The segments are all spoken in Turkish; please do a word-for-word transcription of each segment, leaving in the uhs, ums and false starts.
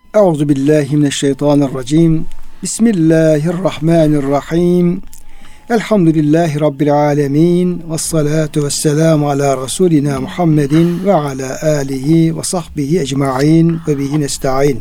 Euzubillahimineşşeytanirracim. Bismillahirrahmanirrahim. Elhamdülillahi Rabbil alemin. Vessalatu vesselamu ala Resulina Muhammedin ve ala alihi ve sahbihi ecma'in ve bihi nesta'in.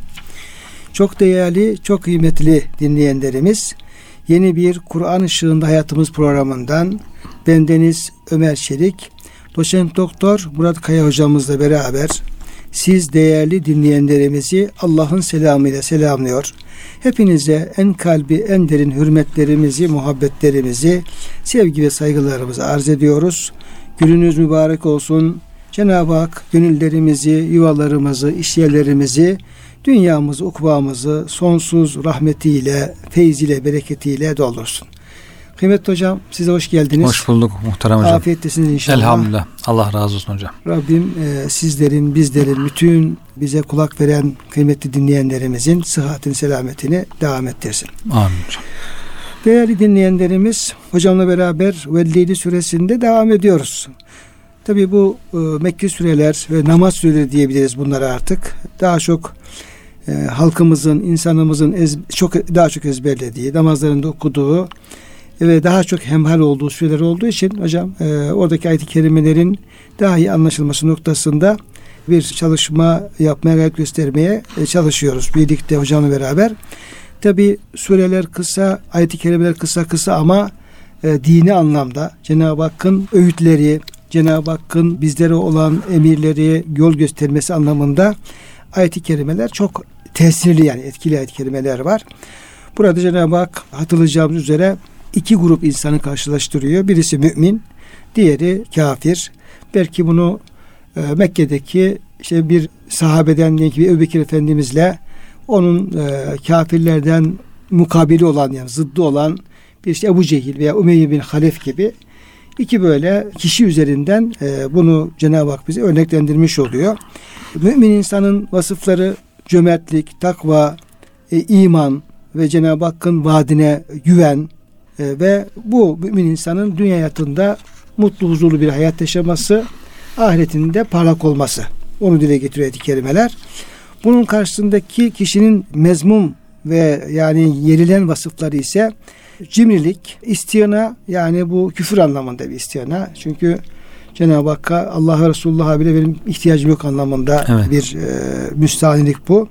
Çok değerli, çok kıymetli dinleyenlerimiz, yeni bir Kur'an Işığında Hayatımız programından bendeniz Ömer Çelik, Doçent Doktor Murat Kaya hocamızla beraber siz değerli dinleyenlerimizi Allah'ın selamıyla selamlıyor. Hepinize en kalbi, en derin hürmetlerimizi, muhabbetlerimizi, sevgi ve saygılarımızı arz ediyoruz. Gününüz mübarek olsun. Cenab-ı Hak gönüllerimizi, yuvalarımızı, işyerlerimizi, dünyamızı, ukbamızı sonsuz rahmetiyle, feyziyle, bereketiyle doldursun. Kıymetli hocam, size hoş geldiniz. Hoş bulduk muhterem hocam. Afiyettesiniz inşallah. Elhamdülillah. Allah razı olsun hocam. Rabbim e, sizlerin, bizlerin, bütün bize kulak veren kıymetli dinleyenlerimizin sıhhatini, selametini devam ettirsin. Amin hocam. Değerli dinleyenlerimiz, hocamla beraber Velleyli suresinde devam ediyoruz. Tabii bu e, Mekki sureler ve namaz sureleri diyebiliriz bunlara artık. Daha çok e, halkımızın, insanımızın ez, çok daha çok ezberlediği, namazlarında okuduğu ve daha çok hemhal olduğu süreler olduğu için hocam e, oradaki ayet-i kerimelerin daha iyi anlaşılması noktasında bir çalışma yapmaya, gayret göstermeye e, çalışıyoruz birlikte hocamla beraber. Tabi sureler kısa, ayet-i kerimeler kısa kısa ama e, dini anlamda Cenab-ı Hakk'ın öğütleri, Cenab-ı Hakk'ın bizlere olan emirleri, yol göstermesi anlamında ayet-i kerimeler çok tesirli, yani etkili ayet-i kerimeler var. Burada Cenab-ı Hak hatırlayacağımız üzere iki grup insanı karşılaştırıyor. Birisi mümin, diğeri kafir. Belki bunu e, Mekke'deki işte bir sahabeden, diyelim ki bir Ebu Bekir Efendimizle onun e, kafirlerden mukabili olan, yani zıddı olan bir işte Ebu Cehil veya Ümeyye bin Halef gibi iki böyle kişi üzerinden e, bunu Cenab-ı Hak bize örneklendirmiş oluyor. Mümin insanın vasıfları cömertlik, takva, e, iman ve Cenab-ı Hakk'ın vaadine güven e, ve bu mümin insanın dünya hayatında mutlu, huzurlu bir hayat yaşaması, ahiretinde parlak olması. Onu dile getiriyor ayet-i kerimeler. Bunun karşısındaki kişinin mezmum ve yani yerilen vasıfları ise cimrilik, istina, yani bu küfür anlamında bir istina. Çünkü Cenab-ı Hakk'a, Allah'a, Resulullah'a bile benim ihtiyacım yok anlamında evet. bir e, müstahnilik bu.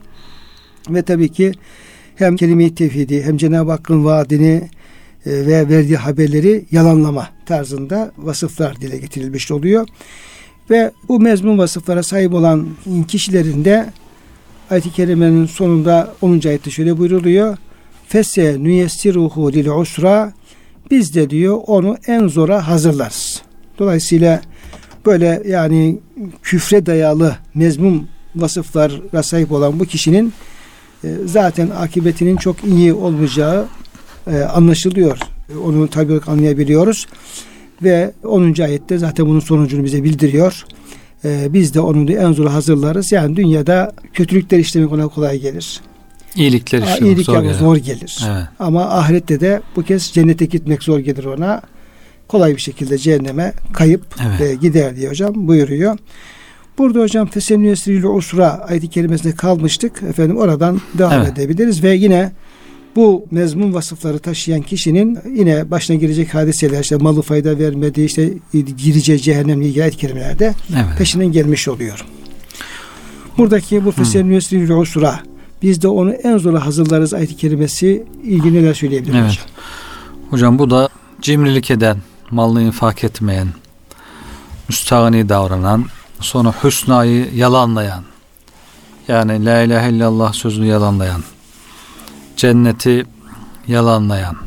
Ve tabii ki hem kelime-i tevhidi hem Cenab-ı Hakk'ın vaadini e, ve verdiği haberleri yalanlama tarzında vasıflar dile getirilmiş oluyor. Ve bu mezmun vasıflara sahip olan kişilerin de ayet-i kerimenin sonunda onuncu ayette şöyle buyruluyor. Fese nüyessiruhu lil usra, biz de diyor onu en zora hazırlarız. Dolayısıyla böyle yani küfre dayalı mezmum vasıflara sahip olan bu kişinin e, zaten akıbetinin çok iyi olmayacağı e, anlaşılıyor. Onu tabii anlayabiliyoruz. Ve onuncu ayette zaten bunun sonucunu bize bildiriyor. Ee, biz de onu da en zor hazırlarız. Yani dünyada kötülükler işlemek ona kolay gelir. İyilikler işlemek İyilik zor gelir. zor gelir. Evet. Ama ahirette de bu kez cennete gitmek zor gelir ona. Kolay bir şekilde cehenneme kayıp evet. e, gider diye hocam buyuruyor. Burada hocam fesennüyesriyle usra ayet-i kerimesinde kalmıştık. Efendim oradan devam evet. edebiliriz ve yine bu mezmun vasıfları taşıyan kişinin yine başına girecek hadiseler, işte malı fayda vermedi, işte gireceği cehennemle ilgili ayet-i kerimelerde evet. peşinden gelmiş oluyor. Buradaki bu fesennüyesriyle usra, biz de onu en zora hazırlarız ayet-i kerimesi ilgili neler söyleyebilir evet. hocam? Hocam bu da cimrilik eden, malını infak etmeyen, müstahni davranan, sonra hüsnayı yalanlayan, yani la ilahe illallah sözünü yalanlayan, cenneti yalanlayan,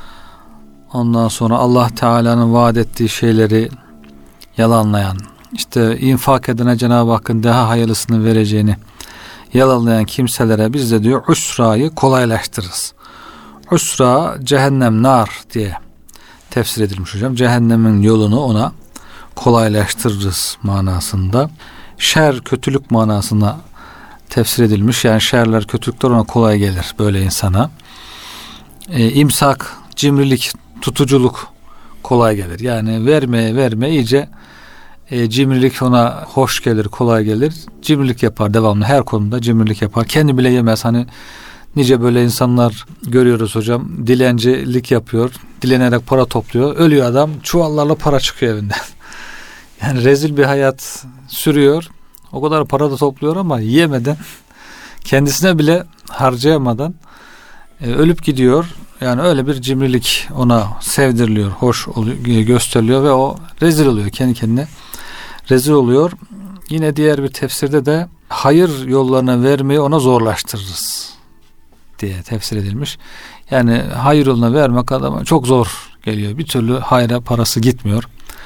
ondan sonra Allah Teala'nın vaat ettiği şeyleri yalanlayan, işte infak edene Cenab-ı Hakk'ın daha hayırlısını vereceğini yalanlayan kimselere biz de diyor usrayı kolaylaştırırız. Usra cehennem, nar diye tefsir edilmiş hocam. Cehennemin yolunu ona kolaylaştırırız manasında. Şer, kötülük manasına tefsir edilmiş. Yani şerler, kötülükler ona kolay gelir böyle insana. E, imsak, cimrilik, tutuculuk kolay gelir. Yani vermeye vermeye iyice E, cimrilik ona hoş gelir, kolay gelir. Cimrilik yapar devamlı. Her konuda cimrilik yapar. Kendi bile yemez. Hani nice böyle insanlar görüyoruz hocam. Dilencilik yapıyor. Dilenerek para topluyor. Ölüyor adam. Çuvallarla para çıkıyor evinden. Yani rezil bir hayat sürüyor. O kadar para da topluyor ama yiyemeden, kendisine bile harcayamadan e, ölüp gidiyor. Yani öyle bir cimrilik ona sevdiriliyor, hoş oluyor, gösteriliyor ve o rezil oluyor, kendi kendine rezil oluyor. Yine diğer bir tefsirde de hayır yollarına vermeyi ona zorlaştırırız diye tefsir edilmiş. Yani hayır yoluna vermek adama çok zor geliyor. Bir türlü hayra parası gitmiyor.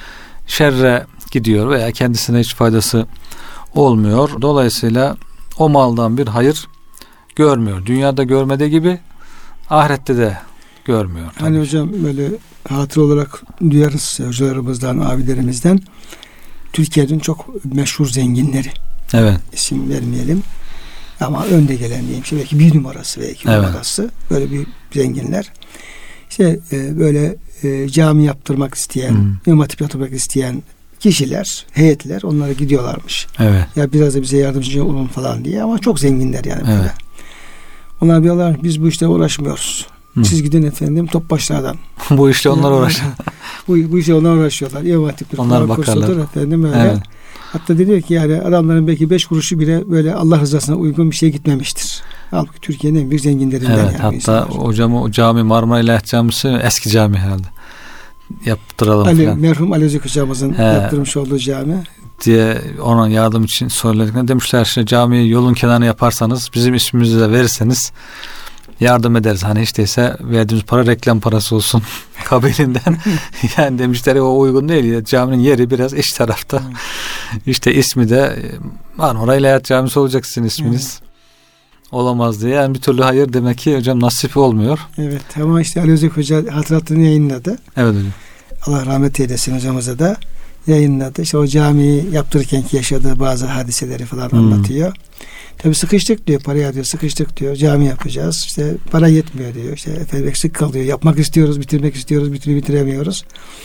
Şerre gidiyor veya kendisine hiç faydası olmuyor. Dolayısıyla o maldan bir hayır görmüyor. Dünyada görmediği gibi ahirette de görmüyor. Tabii. Hani hocam böyle hatır olarak duyarız hocalarımızdan, abilerimizden, Türkiye'nin çok meşhur zenginleri. Evet. İsim vermeyelim. Ama önde gelen diyeyim. Şimdi belki bir numarası veya iki evet. numarası. Böyle bir zenginler. İşte e, böyle e, cami yaptırmak isteyen, hmm. imam hatip yaptırmak isteyen kişiler, heyetler onlara gidiyorlarmış. Evet. Ya biraz da bize yardımcı olun falan diye, ama çok zenginler yani böyle. Evet. Onlar diyorlar biz bu işle uğraşmıyoruz. Hmm. Siz gidin efendim topbaşlardan. bu işle onlar uğraşıyor. bu, bu işle onlar uğraşıyorlar. İmam hatipler. Onlar bakarlar. Efendim öyle. Evet. Hatta diyor ki yani adamların belki beş kuruşu bile böyle Allah rızasına uygun bir şey gitmemiştir. Halbuki Türkiye'nin en büyük zenginlerinden. Evet, yani hatta hocam o cami Marmara İlahiyat Camisi eski cami herhalde. Yaptıralım Ali, falan. Merhum Ali Özek hocamızın He. yaptırmış olduğu cami. Diye onun yardım için söylediklerinde demişler işte camiyi yolun kenarına yaparsanız bizim ismimizi de verirseniz yardım ederiz. Hani hiç değilse verdiğimiz para reklam parası olsun kabilinden. Yani demişler o uygun değil. Caminin yeri biraz iç tarafta. İşte ismi de Marmara İlahiyat Camisi olacak sizin isminiz. Evet. Olamaz diye. Yani bir türlü hayır demek ki hocam nasip olmuyor. Evet ama işte Ali Özek Hoca hatıratını yayınladı. Evet hocam. Allah rahmet eylesin hocamıza da yayınladı. İşte o camiyi yaptırırken ki yaşadığı bazı hadiseleri falan hmm. anlatıyor. Tabii sıkıştık diyor, paraya diyor, sıkıştık diyor, cami yapacağız. İşte para yetmiyor diyor. İşte efendim eksik kalıyor. Yapmak istiyoruz, bitirmek istiyoruz, bir türlü bitiremiyoruz.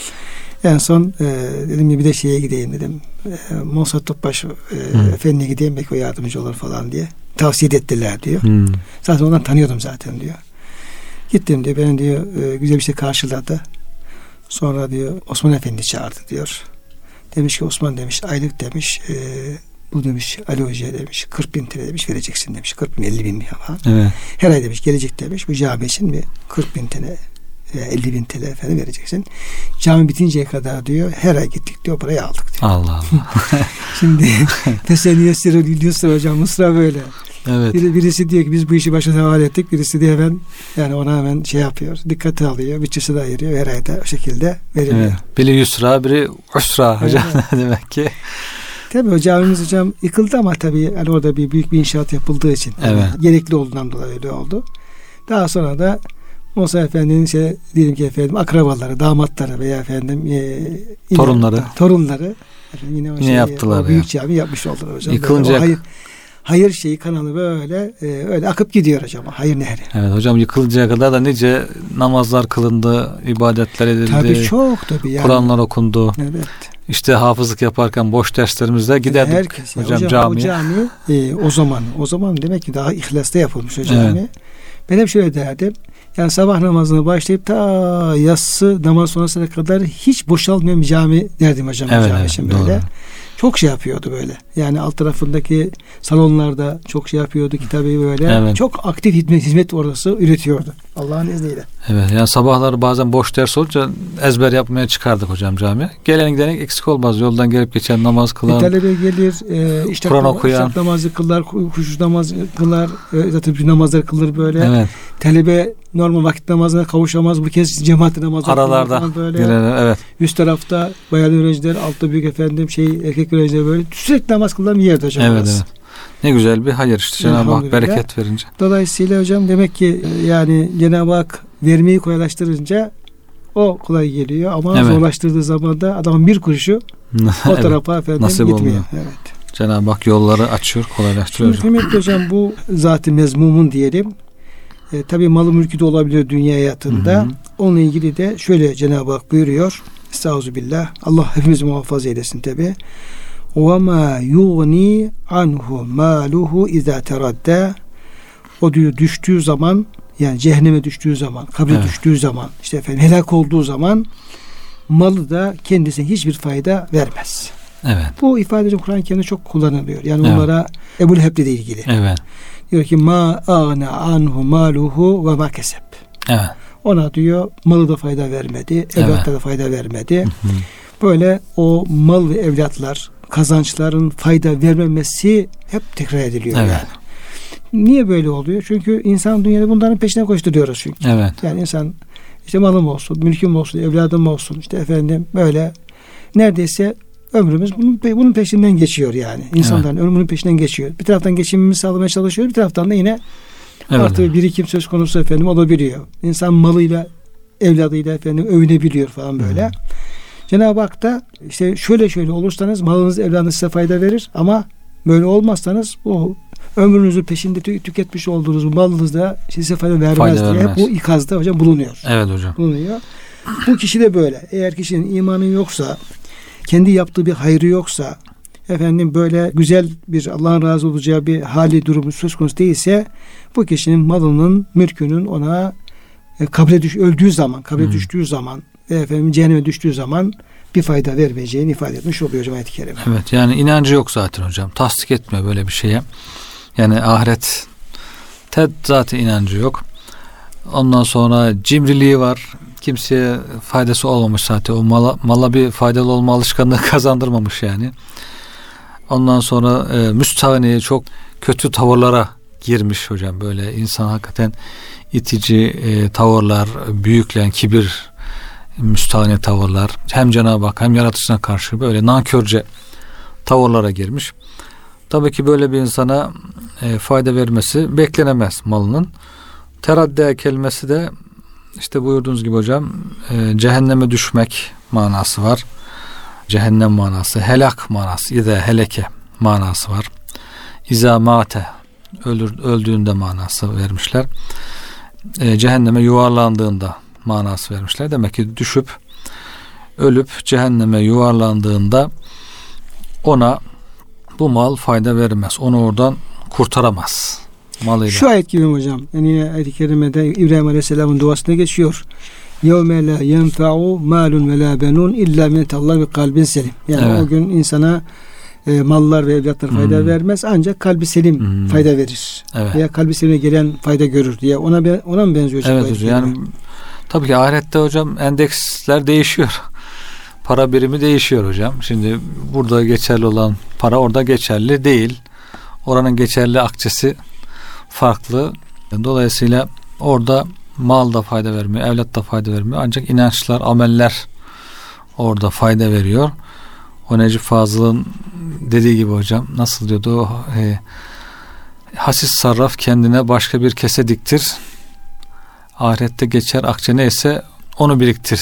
En son e, dedim bir de şeye gideyim dedim. E, Mossad Topbaş e, hmm. Efendi'ye gideyim belki o yardımcı olur falan diye. Tavsiye ettiler diyor. Hmm. Zaten ondan tanıyordum zaten diyor. Gittim diyor, beni diyor e, güzel bir şey karşıladı. Sonra diyor Osman Efendi çağırdı diyor. Demiş ki Osman demiş aylık demiş e, bu demiş Ali Hoca'ya demiş kırk bin T L demiş vereceksin demiş. kırk bin elli bin falan. Evet. Her ay demiş gelecek demiş. Bu cami için bir kırk bin T L elli bin T L efendim vereceksin. Cami bitinceye kadar diyor her ay gittik diyor parayı aldık diyor. Allah Allah. Şimdi Feseniye Sirol İlyas'ta hocam Mısra böyle. Evet. Bir, birisi diyor ki biz bu işi başa havale ettik. Birisi de hemen yani ona hemen şey yapıyor. Dikkate alıyor. Bütçesi de ayırıyor. Her ayda o şekilde veriliyor. Evet. Biri yusra, biri usra hocam evet. Demek ki. Tabii o camimiz hocam yıkıldı ama tabii yani orada bir büyük bir inşaat yapıldığı için evet. yani gerekli olduğundan dolayı öyle oldu. Daha sonra da Musa Efendi'nin şey diyelim ki efendim akrabaları, damatları veya efendim e, torunları torunları efendim, yine o yine şeyi, yaptılar o büyük ya. cami yapmış oldular hocam. Yıkılacak. Hayır, hayır şeyi kanalı böyle e, öyle akıp gidiyor hocam. Hayır nehri. Evet hocam yıkılıncaya kadar da nice namazlar kılındı, ibadetler edildi. Tabii çok tabii yani. Kur'anlar okundu. Evet. İşte hafızlık yaparken boş derslerimizde giderdik herkes, hocam, hocam camiye. O cami e, o zaman o zaman demek ki daha ihlasla yapılmış o cami. Evet. Ben hep şöyle derdim. Yani sabah namazına başlayıp ta yatsı namaz sonrasına kadar hiç boşalmayan bir cami derdim hocam. Evet, cami evet, için doğru. böyle. Çok şey yapıyordu böyle. Yani alt tarafındaki salonlarda çok şey yapıyordu kitabı böyle. Evet. Çok aktif hizmet, hizmet orası üretiyordu. Allah'ın izniyle. Evet yani sabahları bazen boş ders olunca ezber yapmaya çıkardık hocam camiye. Gelen giden eksik olmaz. Yoldan gelip geçen namaz kılan. E, talebe gelir. E, işte Kur'an okuyan. İşte namazı kılar. Kuşu namazı kılar. E, zaten bir namazlar kılır böyle. Evet. Talebe normal vakit namazına kavuşamaz. Bu kez cemaat namazı aralarda böyle. Gireler, evet. Üst tarafta bayan öğrenciler, altta büyük efendim şey erkek öğrenciler böyle sürekli namaz kılan bir yerde hocam. Evet, evet. Ne güzel bir hayır işte Cenab-ı Hak bereket verince. Dolayısıyla hocam demek ki yani Cenab-ı Hak vermeyi kolaylaştırınca o kolay geliyor ama evet. zorlaştırdığı zaman da adamın bir kuruşu o evet. tarafa efendim nasip gitmiyor. Olmuyor. Evet. Cenab-ı Hak yolları açıyor, kolaylaştırıyor. Şimdi kıymetli hocam bu zat-ı mezmumun diyelim. E, tabii malı mülkü de olabilir dünya hayatında. Hı hı. Onunla ilgili de şöyle Cenab-ı Hak buyuruyor. Estağfirullah. Allah hepimizi muhafaza eylesin tabi. وَمَا يُغْنِي عَنْهُ مَالُهُ اِذَا تَرَدَّى. O diyor düştüğü zaman, yani cehenneme düştüğü zaman, kabre evet. düştüğü zaman, işte efendim helak olduğu zaman malı da kendisine hiçbir fayda vermez. Evet. Bu ifade Kur'an-ı Kerim'de çok kullanılıyor. Yani evet. onlara Ebu Leheb'le de ilgili. Evet. Diyor ki ma ağna anhu maluhu ve ma keseb. Evet. Ona diyor malı da fayda vermedi, evlatlara evet. da fayda vermedi. Hı hı. Böyle o mal ve evlatlar, kazançların fayda vermemesi hep tekrar ediliyor. Evet. Yani. Niye böyle oluyor? Çünkü insan dünyada bunların peşine koşturuyoruz çünkü. Evet. Yani insan işte malım olsun, mülküm olsun, evladım olsun, işte efendim böyle neredeyse ömrümüz bunun, bunun peşinden geçiyor yani. İnsanların evet. ömrünün peşinden geçiyor. Bir taraftan geçimimizi sağlamaya çalışıyor, bir taraftan da yine evet. artık birikim söz konusu efendim olabiliyor. İnsan malıyla, evladıyla efendim övünebiliyor falan böyle. Hmm. Cenab-ı Hak da işte şöyle şöyle olursanız malınız, evladınız size fayda verir ama böyle olmazsanız o ömrünüzü peşinde tü- tüketmiş olduğunuz malınız da size fayda vermez fayda diye vermez. Bu ikazda hocam bulunuyor. Evet hocam. Bulunuyor. Bu kişi de böyle. Eğer kişinin imanı yoksa, kendi yaptığı bir hayrı yoksa, efendim böyle güzel bir Allah'ın razı olacağı bir hali durumu söz konusu değilse, bu kişinin malının, mülkünün ona e, kabre düş öldüğü zaman, kabre hmm. düştüğü zaman, e, efendim cehenneme düştüğü zaman bir fayda vermeyeceğini ifade etmiş oluyor hocam ayet-i kerime. Evet, yani inancı yok zaten hocam. Tasdik etmiyor böyle bir şeye. Yani ahiret ted zaten inancı yok. Ondan sonra cimriliği var. Kimseye faydası olmamış zaten. O mala, mala bir faydalı olma alışkanlığı kazandırmamış yani. Ondan sonra e, müstahniye çok kötü tavırlara girmiş hocam. Böyle insan hakikaten itici e, tavırlar, büyüklen, kibir, müstahniye tavırlar. Hem Cenab-ı Hak hem yaratıcısına karşı böyle nankörce tavırlara girmiş. Tabii ki böyle bir insana e, fayda vermesi beklenemez malının. Teradde kelimesi de işte buyurduğunuz gibi hocam e, cehenneme düşmek manası var. Cehennem manası, helak manası, İze heleke manası var. İza mate ölür, öldüğünde manası vermişler. E, cehenneme yuvarlandığında manası vermişler. Demek ki düşüp ölüp cehenneme yuvarlandığında ona bu mal fayda vermez. Onu oradan kurtaramaz. Malıyla. Şu ayet gibi hocam. Yani yine ayet-i kerimede İbrahim Aleyhisselam'ın duasında geçiyor. يَوْمَ لَا يَنْفَعُ مَالٌ وَلَا بَنُونَ اِلَّا مِنَ اللّٰهِ بِقَلْبٍ selim. Yani evet. o gün insana e, mallar ve evlatlar fayda hmm. vermez. Ancak kalbi selim hmm. fayda verir. Evet. Veya kalbi selime gelen fayda görür diye. Ona ona mı benziyor? Evet hocam. Yani, tabii ki ahirette hocam endeksler değişiyor. Para birimi değişiyor hocam. Şimdi burada geçerli olan para orada geçerli değil. Oranın geçerli akçesi farklı. Dolayısıyla orada mal da fayda vermiyor, evlat da fayda vermiyor. Ancak inançlar, ameller orada fayda veriyor. O Necip Fazıl'ın dediği gibi hocam, nasıl diyordu o e, hasis sarraf kendine başka bir kese diktir. Ahirette geçer akçe neyse onu biriktir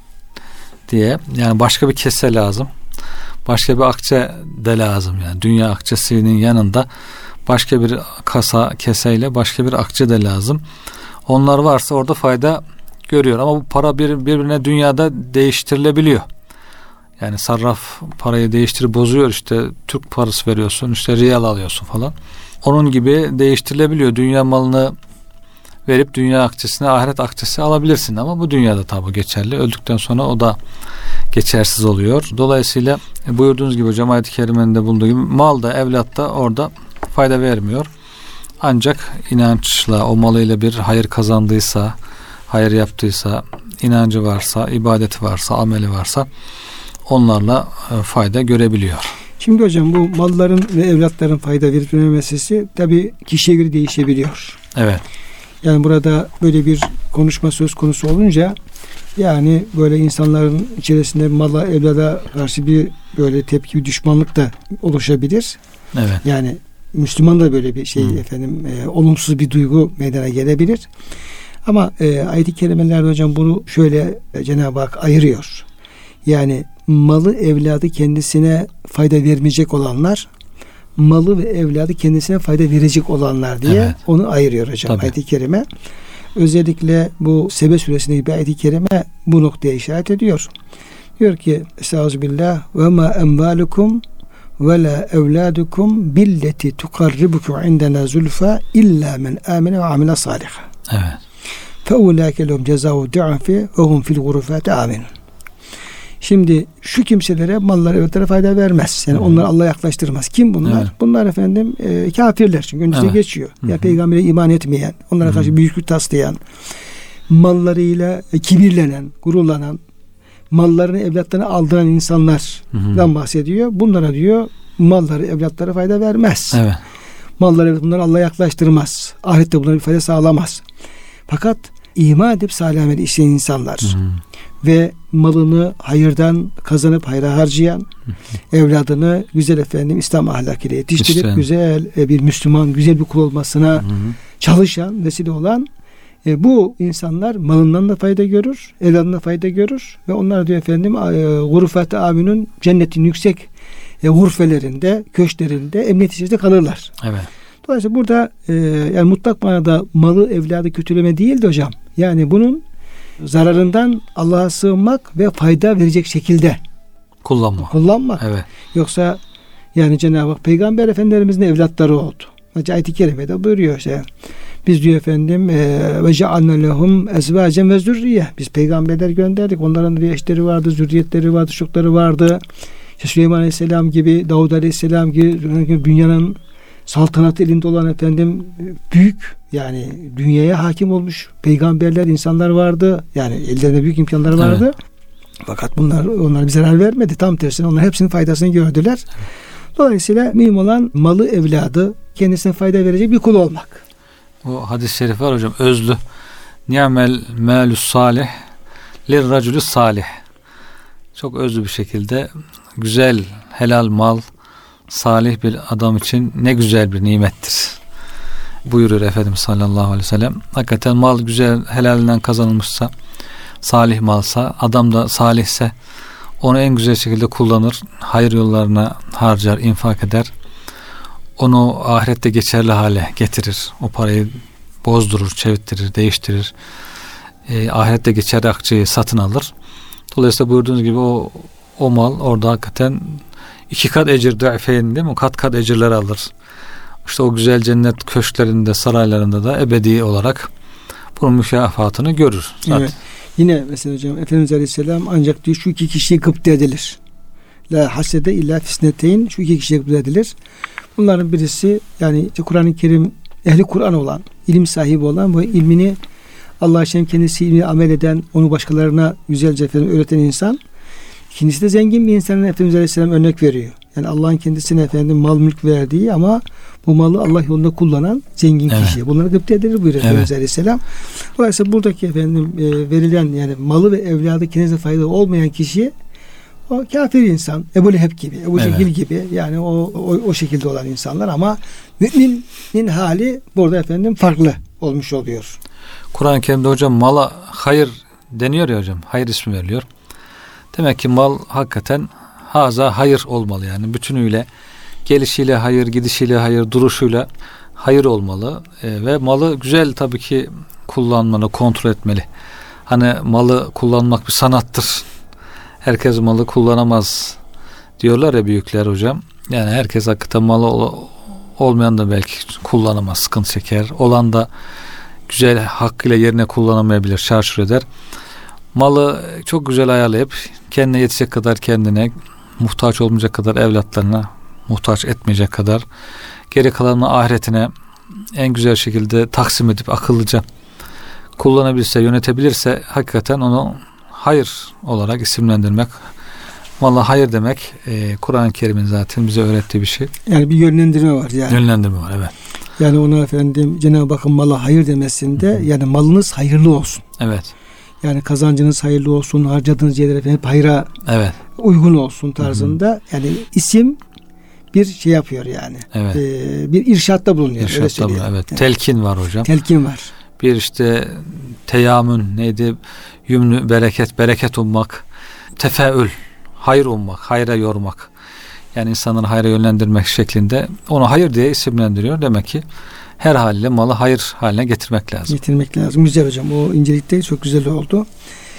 diye. Yani başka bir kese lazım. Başka bir akçe de lazım yani. Dünya akçesinin yanında başka bir kasa, keseyle başka bir akçe de lazım. Onlar varsa orada fayda görüyor. Ama bu para bir, birbirine dünyada değiştirilebiliyor. Yani sarraf parayı değiştirip bozuyor. İşte Türk parası veriyorsun, işte riyal alıyorsun falan. Onun gibi değiştirilebiliyor. Dünya malını verip dünya akçesine ahiret akçesi alabilirsin. Ama bu dünyada tabi geçerli. Öldükten sonra o da geçersiz oluyor. Dolayısıyla buyurduğunuz gibi hocam ayet-i kerimenin de bulunduğu gibi mal da evlat da orada fayda vermiyor. Ancak inançla, o malıyla bir hayır kazandıysa, hayır yaptıysa, inancı varsa, ibadeti varsa, ameli varsa onlarla fayda görebiliyor. Şimdi hocam bu malların ve evlatların fayda verip vermemesi tabii kişiye göre değişebiliyor. Evet. Yani burada böyle bir konuşma söz konusu olunca yani böyle insanların içerisinde mala, evlada karşı bir böyle tepki, bir düşmanlık da oluşabilir. Evet. Yani Müslüman da böyle bir şey hmm. efendim e, olumsuz bir duygu meydana gelebilir. Ama e, ayet-i kerimelerde hocam bunu şöyle e, Cenab-ı Hak ayırıyor. Yani malı evladı kendisine fayda vermeyecek olanlar, malı ve evladı kendisine fayda verecek olanlar diye evet. onu ayırıyor hocam. Tabii. Ayet-i kerime. Özellikle bu Sebe suresindeki bir ayet-i kerime bu noktaya işaret ediyor. Diyor ki Estağfirullah ve ma emvalukum ve la evladukum billeti tukarribukum indena zulfa illa men amene ve amile saliha. Evet. Fe ulaike lehum cezâ'u du'afi ve hum fil gurufati aminun. Şimdi şu kimselere malları evlatlere fayda vermez. Yani Hı-hı. onları Allah'a yaklaştırmaz. Kim bunlar? Evet. Bunlar efendim e, kafirler. Çünkü önümüzde evet. geçiyor. Hı-hı. Yani peygambere iman etmeyen, onlara Hı-hı. karşı büyüklük taslayan, mallarıyla kibirlenen, gururlanan, mallarını evlatlarına aldıran insanlardan Hı-hı. bahsediyor. Bunlara diyor malları evlatlara fayda vermez. Evet. Malları bunları Allah'a yaklaştırmaz. Ahirette bunlara bir fayda sağlamaz. Fakat iman edip salih amel işleyen insanlar Hı-hı. ve malını hayırdan kazanıp hayra harcayan, Hı-hı. evladını güzel efendim İslam ahlakıyla yetiştirip işte. güzel bir Müslüman, güzel bir kul olmasına Hı-hı. çalışan, vesile olan E, bu insanlar malından da fayda görür, evladından da fayda görür ve onlar diyor efendim gurufat-ı aminun cennetin yüksek e, gurfelerinde, köşklerinde, emniyet içerisinde kalırlar. Evet. Dolayısıyla burada e, yani mutlak manada malı, evladı kötüleme değildi hocam. Yani bunun zararından Allah'a sığınmak ve fayda verecek şekilde kullanmak. Kullanmak. Evet. Yoksa yani Cenab-ı Hak Peygamber Efendimizin evlatları oldu. Ayet-i Kerime'de buyuruyor işte. Biz diyor efendim ve cealna lehum ezvacen ve zürriye. Biz peygamberler gönderdik. Onların bir eşleri vardı, zürriyetleri vardı, çocukları vardı. İşte Süleyman Aleyhisselam gibi, Davud Aleyhisselam gibi dünyanın saltanatı elinde olan efendim büyük yani dünyaya hakim olmuş peygamberler, insanlar vardı. Yani ellerinde büyük imkanlar vardı. Evet. Fakat bunlar onlara bir zarar vermedi. Tam tersine onlar hepsinin faydasını gördüler. Dolayısıyla mühim olan malı, evladı kendisine fayda verecek bir kul olmak. O hadis-i şerif var hocam. Özlü. Ni'mel malus salih lirracülü salih. Çok özlü bir şekilde güzel, helal mal salih bir adam için ne güzel bir nimettir. Buyuruyor Efendimiz sallallahu aleyhi ve sellem. Hakikaten mal güzel, helalinden kazanılmışsa, salih malsa, adam da salihse onu en güzel şekilde kullanır. Hayır yollarına harcar, infak eder. Onu ahirette geçerli hale getirir. O parayı bozdurur, çevirtirir, değiştirir. E, ahirette geçerli akçeyi satın alır. Dolayısıyla buyurduğunuz gibi o o mal orada hakikaten iki kat ecir da'feyn değil mi? Kat kat ecirler alır. İşte o güzel cennet köşklerinde, saraylarında da ebedi olarak bunun mükafatını görür. Zaten. Evet. Yine mesela hocam Efendimiz Aleyhisselam ancak diyor şu iki kişiye gıpta edilir. La hasede illa fisneteyn, şu iki kişiye gıpta edilir. Bunların birisi yani Kur'an-ı Kerim ehli Kur'an olan, ilim sahibi olan, bu ilmini Allah için kendisi ilmini amel eden, onu başkalarına güzelce efendim öğreten insan. İkincisi de zengin bir insanın Efendimiz Aleyhisselam örnek veriyor. Yani Allah'ın kendisine efendim mal mülk verdiği ama bu malı Allah yolunda kullanan zengin evet. kişiye. Bunları gıpta edilir buyuruyor evet. Efendimiz Aleyhisselam. Dolayısıyla buradaki efendim e, verilen yani malı ve evladı kendisine faydalı olmayan kişiye o kafir insan, Ebu Leheb gibi, Ebu evet. Cehil gibi yani o, o o şekilde olan insanlar ama müminin hali burada efendim farklı olmuş oluyor. Kur'an-ı Kerim'de hocam mala hayır deniyor ya hocam. Hayır ismi veriliyor. Demek ki mal hakikaten haza hayır olmalı yani bütünüyle gelişiyle hayır, gidişiyle hayır, duruşuyla hayır olmalı e, ve malı güzel tabii ki kullanmalı, kontrol etmeli. Hani malı kullanmak bir sanattır. Herkes malı kullanamaz diyorlar ya büyükler hocam. Yani herkes hakikaten malı ol, olmayan da belki kullanamaz, sıkıntı çeker. Olan da güzel hakkıyla yerine kullanamayabilir, çarçur eder. Malı çok güzel ayarlayıp kendine yetecek kadar kendine, muhtaç olmayacak kadar evlatlarına, muhtaç etmeyecek kadar geri kalanını ahiretine en güzel şekilde taksim edip akıllıca kullanabilirse, yönetebilirse hakikaten onu hayır olarak isimlendirmek. Vallahi hayır demek e, Kur'an-ı Kerim'in zaten bize öğrettiği bir şey. Yani bir yönlendirme var yani. Yönlendirme var evet. Yani ona efendim Cenab-ı Hakk'ın mala hayır demesinde Hı-hı. yani malınız hayırlı olsun. Evet. Yani kazancınız hayırlı olsun, harcadığınız yerler efendim hep hayra evet. uygun olsun tarzında. Hı-hı. Yani isim bir şey yapıyor yani. Evet. Ee, bir irşatta bulunuyor. İrşatta bulunuyor evet. evet. Telkin var hocam. Telkin var. Bir işte teyamün neydi? Yümnü bereket, bereket ummak, tefeül, hayır ummak, hayra yormak. Yani insanları hayra yönlendirmek şeklinde onu hayır diye isimlendiriyor. Demek ki her haliyle malı hayır haline getirmek lazım. Getirmek lazım. Güzel hocam. O incelikte çok güzel oldu.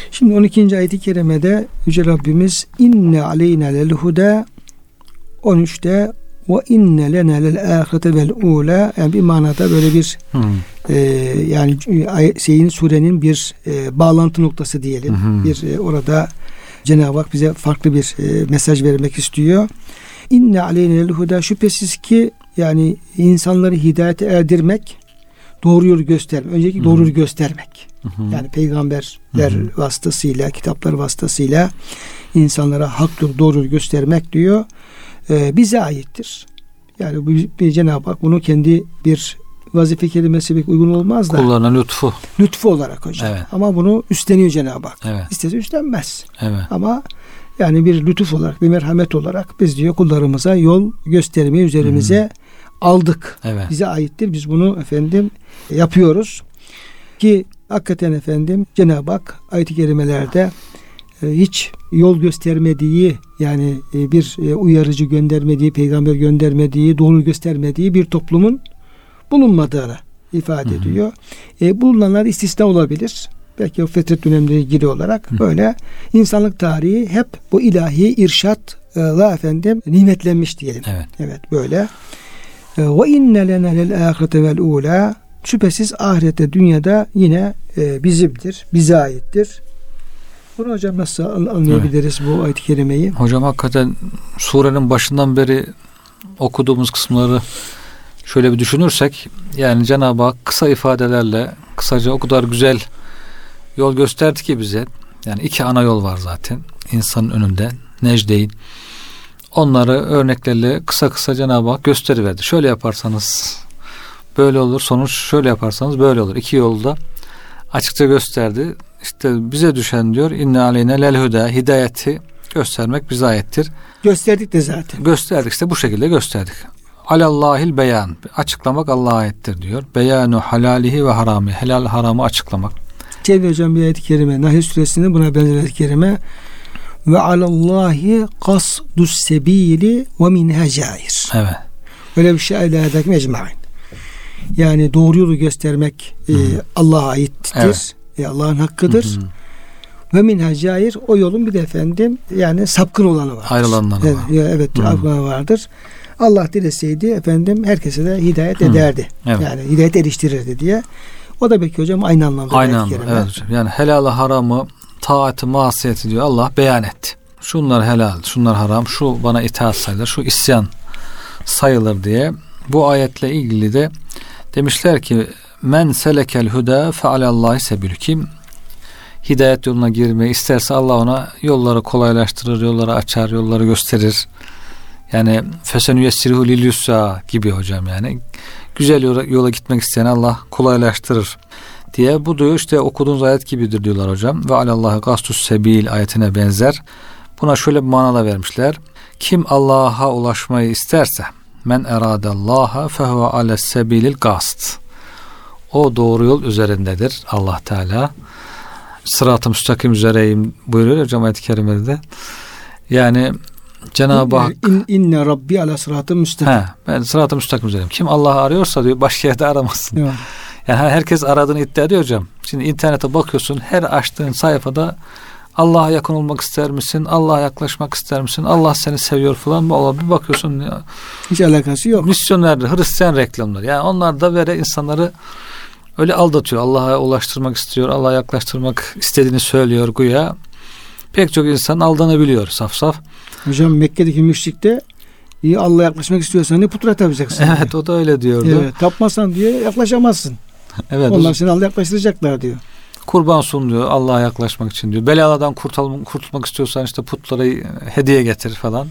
Şimdi on ikinci ayet-i kerimede Yüce Rabbimiz inne aleyna lel huda, on üçte ve inne lena lel ahirete vel ula, yani bir manada böyle bir hmm. e, yani şeyin surenin bir e, bağlantı noktası diyelim. Hmm. Bir e, orada Cenab-ı Hak bize farklı bir e, mesaj vermek istiyor. İnne aleyna lel huda, şüphesiz ki yani insanları hidayete erdirmek, doğru yolu göstermek. Önceki hmm. doğru yolu göstermek. Hmm. Yani peygamberler hmm. vasıtasıyla, kitaplar vasıtasıyla insanlara hak yolu, doğru yolu göstermek diyor. Ee, bize aittir. Yani bu bir Cenab-ı Hak bunu kendi bir vazife kelimesi pek uygun olmaz da. Kullarına lütfu. Lütfu olarak hocam. Evet. Ama bunu üstleniyor Cenab-ı Hak. Evet. İstese üstlenmez. Evet. Ama yani bir lütuf olarak, bir merhamet olarak biz diyor kullarımıza yol göstermeyi üzerimize hmm. aldık. Evet. Bize aittir. Biz bunu efendim yapıyoruz. Ki hakikaten efendim Cenab-ı Hak ayet-i kerimelerde hiç yol göstermediği, yani bir uyarıcı göndermediği, peygamber göndermediği, doğru göstermediği bir toplumun bulunmadığını ifade hı hı. ediyor. E, bulunanlar istisna olabilir. Belki o fetret dönemleri ilgili olarak hı. böyle insanlık tarihi hep bu ilahi irşatla efendim nimetlenmiş diyelim. Evet. Evet böyle. Ve inne lena lel ahirete vel ula, şüphesiz ahirette, dünyada yine e, bizimdir, bize aittir. Bunu hocam nasıl anlayabiliriz evet. bu ayet-i kerimeyi? Hocam hakikaten surenin başından beri okuduğumuz kısımları şöyle bir düşünürsek, yani Cenab-ı Hak kısa ifadelerle kısaca o kadar güzel yol gösterdi ki bize. Yani iki ana yol var zaten insanın önünde, necdeyn. Onları örneklerle kısa kısa Cenab-ı Hak gösteriverdi. Şöyle yaparsanız böyle olur, sonuç şöyle yaparsanız böyle olur. İki yolda açıkça gösterdi. İşte bize düşen diyor inne aleyne lel huda, hidayeti göstermek bize aittir. Gösterdik de zaten. Gösterdik, işte bu şekilde gösterdik. Alallahil beyan, açıklamak Allah'a aittir diyor. Beyanu halalihi ve harami, helal haramı açıklamak. Çevre hocam bir ayet-i kerime, Nahl suresinde buna benzer ayet-i kerime, ve alallahi kasdus sebili ve minha cair. Evet. Böyle bir şey aylâdaki mecmain. Yani doğru yolu göstermek e, Allah'a aittir. Evet. E, Allah'ın hakkıdır. Hı hı. Ve minha cair, o yolun bir de efendim yani sapkın olanı vardır. Ayrılanları evet, var. Evet, ayrılanları vardır. Allah dileseydi efendim herkese de hidayet hı. ederdi. Evet. Yani hidayet eriştirirdi diye. O da belki hocam aynı anlamda. Aynı anlamda. Evet hocam. Yani helal haramı, taatı, masiyeti diyor Allah beyan etti. Şunlar helal, şunlar haram, şu bana itaat sayılır, şu isyan sayılır diye. Bu ayetle ilgili de demişler ki men selekel huda fe alallahi sebil, kim hidayet yoluna girmeyi isterse Allah ona yolları kolaylaştırır, yolları açar, yolları gösterir. Yani fesenü yessirihu lil yusra gibi hocam, yani güzel yola, yola gitmek isteyen Allah kolaylaştırır diye. Bu diyor işte okuduğunuz ayet gibidir diyorlar hocam. Ve alallahi gastus sebil ayetine benzer. Buna şöyle bir manada vermişler. Kim Allah'a ulaşmayı isterse, men eradallaha fehuve ale sebilil gast, o doğru yol üzerindedir Allah Teala. Sırat-ı müstakim üzereyim buyuruyor hocam ayet-i kerimede. Yani Cenab-ı Hak in, inne rabbi ala sırat-ı müstakim. He, ben sırat-ı müstakim üzereyim. Kim Allah'ı arıyorsa diyor başka yerde aramasın. Evet. Yani herkes aradığını iddia ediyor hocam. Şimdi internete bakıyorsun, her açtığın sayfada Allah'a yakın olmak ister misin? Allah'a yaklaşmak ister misin? Allah seni seviyor falan. Vallahi bir bakıyorsun ya, hiç alakası yok. Misyoner, Hristiyan reklamlar. Yani onlar da böyle insanları öyle aldatıyor. Allah'a ulaştırmak istiyor. Allah'a yaklaştırmak istediğini söylüyor güya. Pek çok insan aldanabiliyor saf saf. Hocam Mekke'deki müşrikte Allah'a yaklaşmak istiyorsan ne putra tapacaksın? Evet diye. O da öyle diyordu. Evet, tapmazsan diye yaklaşamazsın. Evet. Onlar o... seni Allah'a yaklaştıracaklar diyor. Kurban sun diyor Allah'a yaklaşmak için diyor. Beladan kurtulmak, kurtulmak istiyorsan işte putlara hediye getir falan.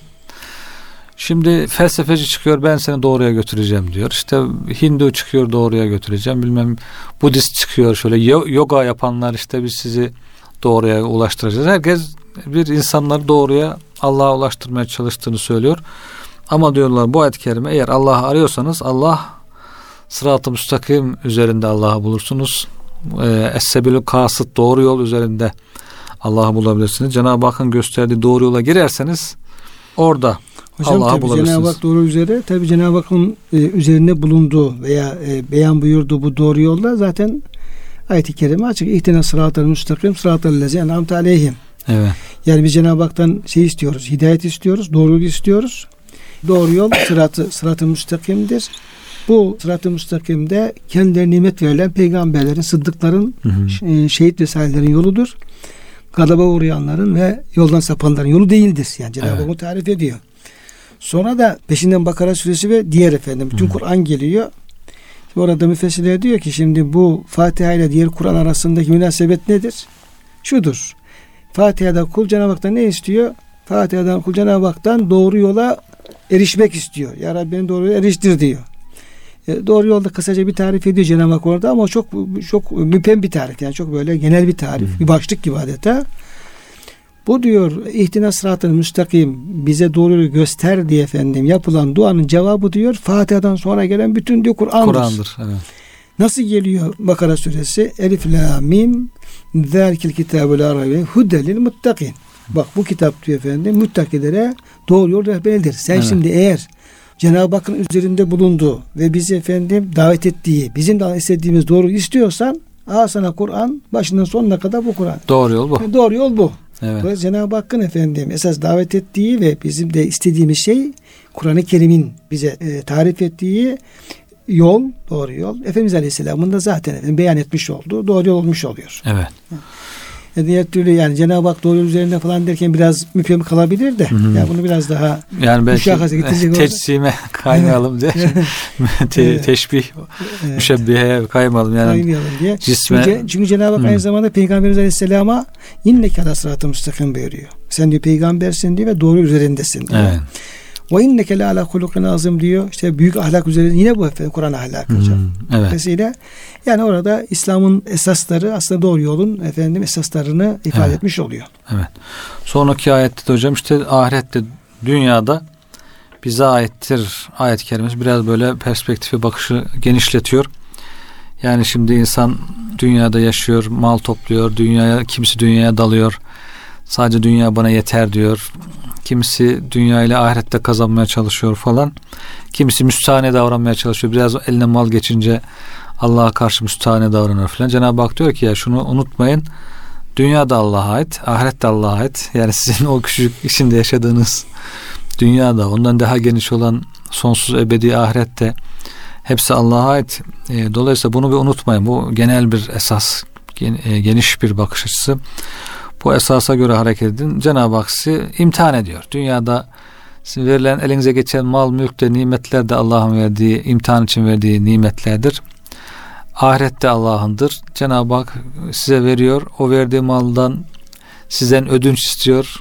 Şimdi felsefeci çıkıyor, ben seni doğruya götüreceğim diyor. İşte Hindu çıkıyor, doğruya götüreceğim. Bilmem Budist çıkıyor, şöyle yoga yapanlar işte biz sizi doğruya ulaştıracağız. Herkes bir insanları doğruya, Allah'a ulaştırmaya çalıştığını söylüyor. Ama diyorlar bu ayet-i kerime, eğer Allah'ı arıyorsanız Allah sırat-ı müstakim üzerinde Allah'ı bulursunuz. Es-sebilü kasıt, doğru yol üzerinde Allah'ı bulabilirsiniz. Cenab-ı Hakk'ın gösterdiği doğru yola girerseniz orada hocam, Allah'ı bulabilirsiniz. Cenab-ı Hak doğru üzere, tabi Cenab-ı Hakk'ın e, üzerinde bulunduğu veya e, beyan buyurduğu bu doğru yolda zaten ayet-i kerime açık. İhtine sıratal müstakim sıratal lezî en'amte aleyhim. Evet. Yani biz Cenab-ı Hak'tan şey istiyoruz, hidayet istiyoruz, doğruluğu istiyoruz. Doğru yol sıratı, sıratı müstakimdir. Bu sıratı müstakimde kendilerine nimet verilen peygamberlerin, sıddıkların, hı hı. şehit vesairelerin yoludur. Gadaba uğrayanların ve yoldan sapanların yolu değildir. Yani Cenab-ı Hak evet. onu tarif ediyor. Sonra da peşinden Bakara suresi ve diğer efendim bütün Kur'an geliyor. Orada müfessirler diyor ki şimdi bu Fatiha ile diğer Kur'an arasındaki münasebet nedir? Şudur. Fatiha'da kul Cenab-ı Hak'tan ne istiyor? Fatiha'dan kul Cenab-ı Hak'tan doğru yola erişmek istiyor. Ya Rabbi beni doğru yola eriştir diyor. E, doğru yolda kısaca bir tarif ediyor Cenab-ı Hak orada ama çok çok müpem bir tarif. Yani çok böyle genel bir tarif. Hmm. Bir başlık gibi adeta. Bu diyor İhtina sıratı müstakim bize doğru yolu göster diye efendim yapılan duanın cevabı diyor Fatiha'dan sonra gelen bütün diyor Kur'an'dır. Kur'an'dır. Evet. Nasıl geliyor Bakara suresi? Elif la mim zâlikil kitâbü lâ raybe hudelil muttakin. Bak bu kitap diyor efendim müttakilere doğru yol rehberidir. Sen evet. şimdi eğer Cenab-ı Hakk'ın üzerinde bulunduğu ve bizi efendim davet ettiği, bizim de istediğimiz doğru istiyorsan, aha sana Kur'an, başından sonuna kadar bu Kur'an. Doğru yol bu. Yani doğru yol bu. Evet. Cenab-ı Hakk'ın efendim esas davet ettiği ve bizim de istediğimiz şey Kur'an-ı Kerim'in bize e, tarif ettiği yol, doğru yol. Efendimiz Aleyhisselam'ın da zaten efendim, beyan etmiş olduğu doğru yol olmuş oluyor. Evet. E diğer türlü yani Cenab-ı Hak doğru yol üzerinde falan derken biraz müphem kalabilir de ya yani bunu biraz daha yani belki teçsime kaymayalım diye Te, teşbih evet. müşebbiheye kaymayalım yani kaymayalım diye. Cisme... Çünkü, çünkü Cenab-ı Hak hmm. aynı zamanda Peygamberimiz Aleyhisselam'a inneke ala sıratı müstakim buyuruyor. Sen diyor peygambersin diyor ve doğru üzerindesin diyor. Evet. Ve inneke la ala hulukin azim diyor. İşte büyük ahlak üzerinde yine bu efendim Kur'an ahlakı hocam. Hmm, evet. Dolayısıyla yani orada İslam'ın esasları aslında doğru yolun efendim esaslarını ifade evet. etmiş oluyor. Evet. Sonraki ayette de hocam işte ahirette dünyada bize aittir ayet-i kerimesi biraz böyle perspektifi bakışı genişletiyor. Yani şimdi insan dünyada yaşıyor, mal topluyor, dünyaya kimisi dünyaya dalıyor. Sadece dünya bana yeter diyor. Kimisi dünya ile ahirette kazanmaya çalışıyor falan. Kimisi müstahane davranmaya çalışıyor. Biraz eline mal geçince Allah'a karşı müstahane davranıyor falan. Cenab-ı Hak diyor ki ya şunu unutmayın. Dünya da Allah'a ait, ahiret de Allah'a ait. Yani sizin o küçük içinde yaşadığınız dünyada ondan daha geniş olan sonsuz ebedi ahirette hepsi Allah'a ait. E, dolayısıyla bunu bir unutmayın. Bu genel bir esas, geniş bir bakış açısı. Bu esasa göre hareket edin. Cenab-ı Hak sizi imtihan ediyor. Dünyada verilen elinize geçen mal, mülk de nimetler de Allah'ın verdiği, imtihan için verdiği nimetlerdir. Ahiret de Allah'ındır. Cenab-ı Hak size veriyor. O verdiği maldan sizden ödünç istiyor.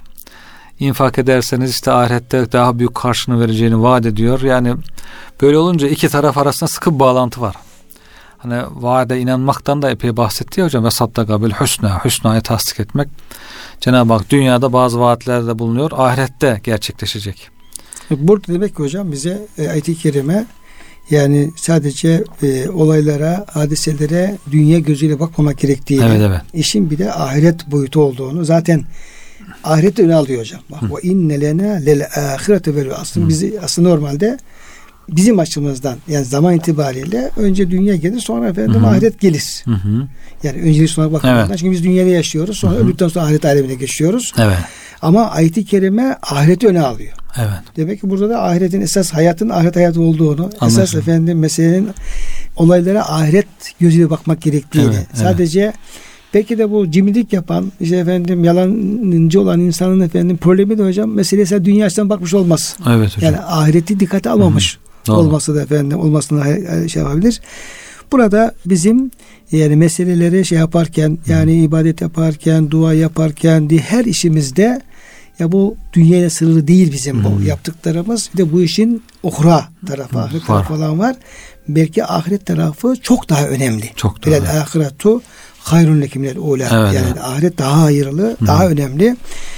İnfak ederseniz işte ahirette daha büyük karşılığını vereceğini vaat ediyor. Yani böyle olunca iki taraf arasında sıkı bir bağlantı var. Hani vaade inanmaktan da epey bahsetti ya hocam. Ve saddaka bil husna. Husna'yı tasdik etmek. Cenab-ı Hak dünyada bazı vaatlerde bulunuyor. Ahirette gerçekleşecek. Burada demek ki hocam bize e, ayet-i kerime yani sadece e, olaylara, hadiselere dünya gözüyle bakmamak gerektiğini, evet, evet. işin bir de ahiret boyutu olduğunu zaten ahiret öne alıyor hocam. Bak, ve inne lena lel ahirete vel aslında bizi aslında normalde bizim açımızdan yani zaman itibariyle önce dünya gelir sonra efendim Hı-hı. ahiret gelir. Hı-hı. Yani önce sonra bakımından evet. çünkü biz dünyada yaşıyoruz sonra Hı-hı. öldükten sonra ahiret alemine geçiyoruz. Evet. Ama ayet-i kerime ahireti öne alıyor. Evet. Demek ki burada da ahiretin esas hayatın ahiret hayatı olduğunu, Anladım. esas efendim meselenin olaylara ahiret gözüyle bakmak gerektiğini. Evet, sadece evet. belki de bu cimrilik yapan, işte efendim yalancı olan insanın efendim problemi de hocam meselesi dünya açısından bakmış olmaz. Evet hocam. Yani ahireti dikkate almamış Hı-hı. olması da efendim olmasına şey yapabilir. Burada bizim yani meseleleri şey yaparken yani Hı. ibadet yaparken, dua yaparken diye her işimizde ya bu dünyayla sınırlı değil bizim hmm. bu yaptıklarımız. Bir de bu işin uhra tarafı, hmm. ahiret tarafı falan var. Belki ahiret tarafı çok daha önemli. Çok daha. Bilal ahiretu hayrun leke minel ula. Evet, yani evet. ahiret daha hayırlı, hmm. daha önemli.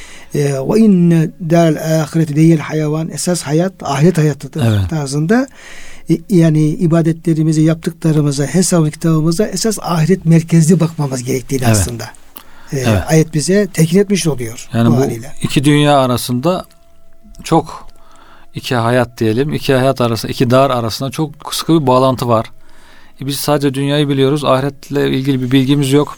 Ve inne dal ahireti değil hayvan. Esas hayat ahiret hayatıdır evet. tarzında. Yani ibadetlerimize, yaptıklarımıza, hesabı kitabımıza esas ahiret merkezli bakmamız gerektiğini evet. aslında. Evet. Ayet bize tekin etmiş oluyor. Yani bu, bu iki dünya arasında çok iki hayat diyelim, iki hayat arasında, iki dar arasında çok sıkı bir bağlantı var. E biz sadece dünyayı biliyoruz. Ahiretle ilgili bir bilgimiz yok.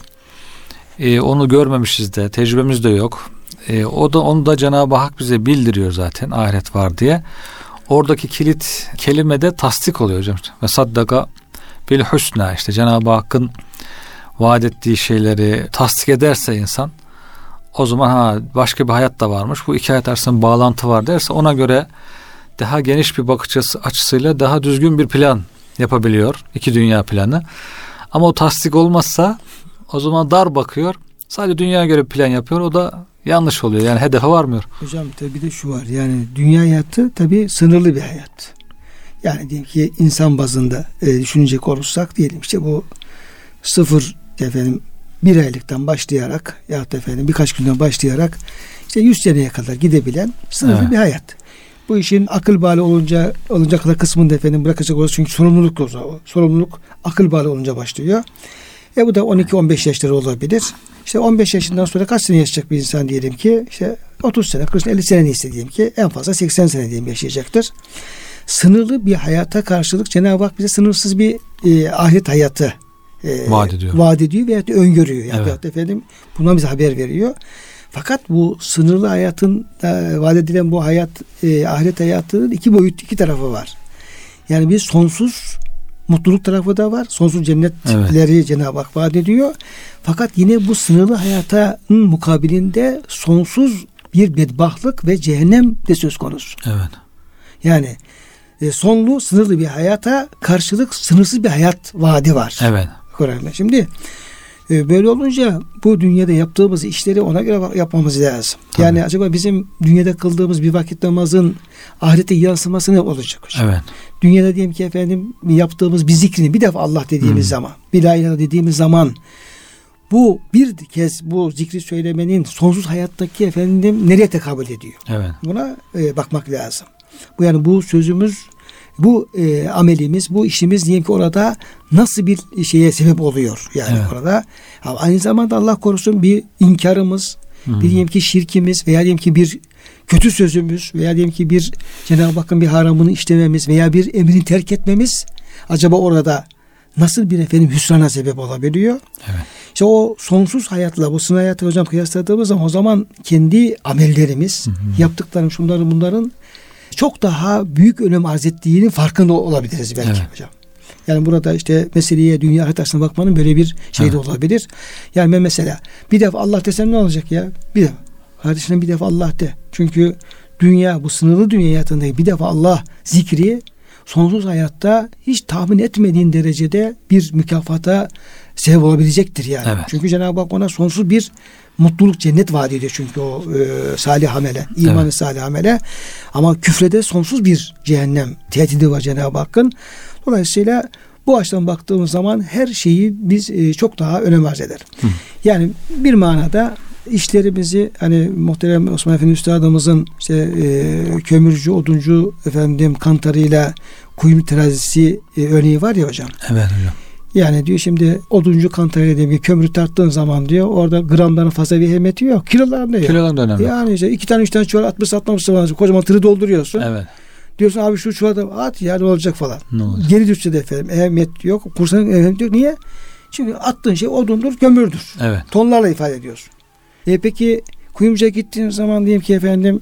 E, onu görmemişiz de, tecrübemiz de yok. E, o da onu da Cenab-ı Hak bize bildiriyor zaten, ahiret var diye. Oradaki kilit kelime de tasdik oluyor hocam. Ve saddaka bil husna, işte Cenab-ı Hakk'ın vaat ettiği şeyleri tasdik ederse insan, o zaman ha başka bir hayat da varmış, bu iki hayat arasında bağlantı var derse, ona göre daha geniş bir bakış açısıyla daha düzgün bir plan yapabiliyor. İki dünya planı. Ama o tasdik olmazsa o zaman dar bakıyor. Sadece dünyaya göre plan yapıyor. O da yanlış oluyor. Yani hedefe varmıyor. Hocam tabii bir de şu var. Yani dünya hayatı tabii sınırlı bir hayat. Yani diyelim ki insan bazında e, düşünecek olursak, diyelim işte bu sıfır efendim bir aylıktan başlayarak ya da efendim birkaç günden başlayarak işte yüz seneye kadar gidebilen sınırlı evet. bir hayat. Bu işin akıl bağlı olunca olunca kadar kısmını da efendim bırakacak olursa, çünkü sorumluluk o zaman. Sorumluluk akıl bağlı olunca başlıyor. E bu da on iki on beş yaşları olabilir. İşte on beş yaşından sonra kaç sene yaşayacak bir insan diyelim ki? İşte otuz sene, kırk sene, elli sene neyse diyelim ki, en fazla seksen sene diyelim yaşayacaktır. Sınırlı bir hayata karşılık Cenab-ı Hak bize sınırsız bir e, ahiret hayatı e, vaat ediyor. Vaat ediyor veyahut da öngörüyor. Yani evet. efendim bundan bize haber veriyor. Fakat bu sınırlı hayatın e, vaat edilen bu hayat, e, ahiret hayatının iki boyut, iki tarafı var. Yani bir sonsuz mutluluk tarafı da var. Sonsuz cennetleri evet. Cenab-ı Hak vaat ediyor. Fakat yine bu sınırlı hayatın mukabilinde sonsuz bir bedbahtlık ve cehennem de söz konusu. Evet. Yani e, sonlu sınırlı bir hayata karşılık sınırsız bir hayat vaadi var. Evet. Kur'an'da. Şimdi e, böyle olunca bu dünyada yaptığımız işleri ona göre yapmamız lazım. Tabii. Yani acaba bizim dünyada kıldığımız bir vakit namazın ahirete yansıması ne olacak hocam? Evet. Dünyada diyelim ki efendim yaptığımız bir zikrini bir defa Allah dediğimiz hmm. zaman, bir la ilahe dediğimiz zaman, bu bir kez bu zikri söylemenin sonsuz hayattaki efendim nereye tekabül ediyor? Evet. Buna e, bakmak lazım. Bu yani bu sözümüz, bu e, amelimiz, bu işimiz diyelim ki orada nasıl bir şeye sebep oluyor yani evet. orada. Ama aynı zamanda Allah korusun bir inkarımız, hmm. bir diyelim ki şirkimiz veya diyelim ki bir kötü sözümüz veya diyelim ki bir Cenab-ı Hakk'ın bir haramını işlememiz veya bir emrini terk etmemiz acaba orada nasıl bir efendim hüsrana sebep olabiliyor? Evet. İşte o sonsuz hayatla bu sınır hayatı hocam kıyasladığımız zaman o zaman kendi amellerimiz, hı hı. yaptıklarım, şunların bunların çok daha büyük önem arz ettiğinin farkında olabiliriz belki evet. hocam. Yani burada işte meseleye dünya haritasına bakmanın böyle bir şey de evet. olabilir. Yani ben mesela bir defa Allah desem ne olacak ya? Bir defa. Kardeşine bir defa Allah de. Çünkü dünya, bu sınırlı dünya hayatında bir defa Allah zikri sonsuz hayatta hiç tahmin etmediğin derecede bir mükafata sebep olabilecektir yani. Evet. Çünkü Cenab-ı Hak ona sonsuz bir mutluluk, cennet vaat ediyor çünkü o e, salih amele, imanı evet. salih amele. Ama küfrede sonsuz bir cehennem tehdidi var Cenab-ı Hakk'ın. Dolayısıyla bu açıdan baktığımız zaman her şeyi biz e, çok daha önem arz eder. Hı. Yani bir manada işlerimizi hani muhterem Osman Efendi Üstadımızın işte e, kömürcü, oduncu efendim kantarıyla kuyum terazisi e, örneği var ya hocam. Evet hocam. Yani diyor şimdi oduncu kantarıyla diye bir kömürü tarttığın zaman diyor orada gramların fazla bir ehemmiyeti yok. Kilolarında yok. Kilolarında önemli. Yani işte iki tane üç tane çuval atmış satmamış zaman kocaman tırı dolduruyorsun. Evet. Diyorsun abi şu çuvalda at yani olacak falan. Ne olacak? Geri düşse de efendim ehemmiyet yok. Kursanın ehemmiyeti yok. Niye? Çünkü attığın şey odundur, kömürdür. Evet. Tonlarla ifade ediyorsun. E peki kuyumcuya gittiğin zaman diyelim ki efendim